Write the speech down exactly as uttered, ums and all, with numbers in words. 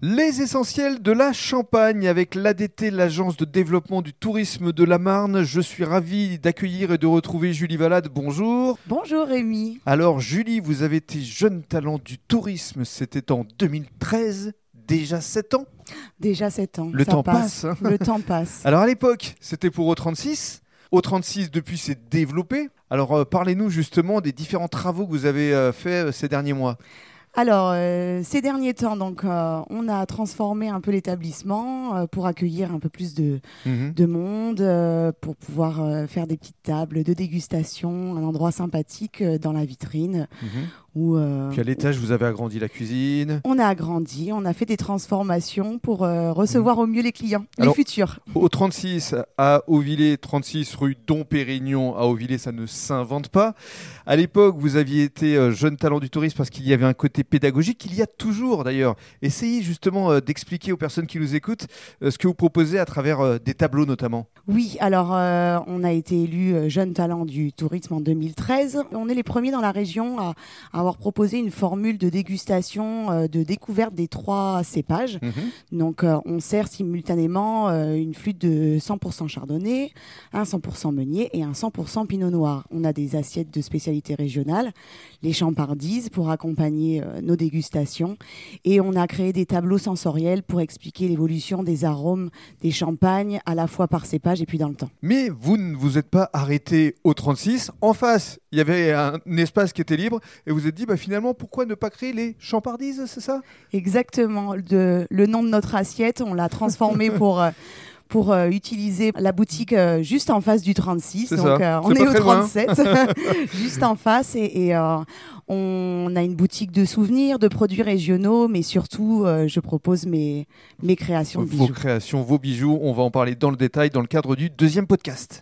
Les essentiels de la Champagne avec l'A D T, l'Agence de développement du tourisme de la Marne. Je suis ravi d'accueillir et de retrouver Julie Valade. Bonjour. Bonjour Rémi. Alors Julie, vous avez été jeune talent du tourisme, c'était en deux mille treize, déjà sept ans. Déjà sept ans. Le ça temps passe. passe. hein. Le temps passe. Alors à l'époque, c'était pour O trente-six. O trente-six, depuis, s'est développé. Alors euh, parlez-nous justement des différents travaux que vous avez euh, faits euh, ces derniers mois. Alors, euh, ces derniers temps, donc, euh, on a transformé un peu l'établissement euh, pour accueillir un peu plus de, Mhm. de monde, euh, pour pouvoir euh, faire des petites tables de dégustation, un endroit sympathique euh, dans la vitrine. Mhm. Où, euh, Puis à l'étage, vous avez agrandi la cuisine. on a agrandi, on a fait des transformations pour euh, recevoir au mieux les clients, Alors, les futurs. Au trente-six à Auvillers, trente-six rue Dom Pérignon à Auvillers, ça ne s'invente pas. À l'époque, vous aviez été euh, jeune talent du tourisme parce qu'il y avait un côté pédagogique, qu'il y a toujours d'ailleurs. Essayez justement euh, d'expliquer aux personnes qui nous écoutent euh, ce que vous proposez à travers euh, des tableaux notamment. Oui, alors euh, on a été élu euh, jeune talent du tourisme en deux mille treize. On est les premiers dans la région à, à avoir proposé une formule de dégustation, euh, de découverte des trois cépages. Mhm. Donc euh, on sert simultanément euh, une flûte de cent pour cent chardonnay, un cent pour cent meunier et un cent pour cent pinot noir. On a des assiettes de spécialités régionales, les champardises pour accompagner euh, nos dégustations, et on a créé des tableaux sensoriels pour expliquer l'évolution des arômes des champagnes à la fois par cépage et puis dans le temps. Mais vous ne vous êtes pas arrêté au trente-six. En face, il y avait un espace qui était libre et vous vous êtes dit bah, finalement pourquoi ne pas créer les champardises, c'est ça? Exactement. De, le nom de notre assiette, on l'a transformé pour, euh, pour euh, utiliser la boutique euh, juste en face du trente-six. C'est Donc ça. euh, on C'est est pas au très loin. trente-sept, juste en face. Et, et euh, on a une boutique de souvenirs, de produits régionaux, mais surtout, euh, je propose mes, mes créations de Vos bijoux. créations, vos bijoux, on va en parler dans le détail dans le cadre du deuxième podcast.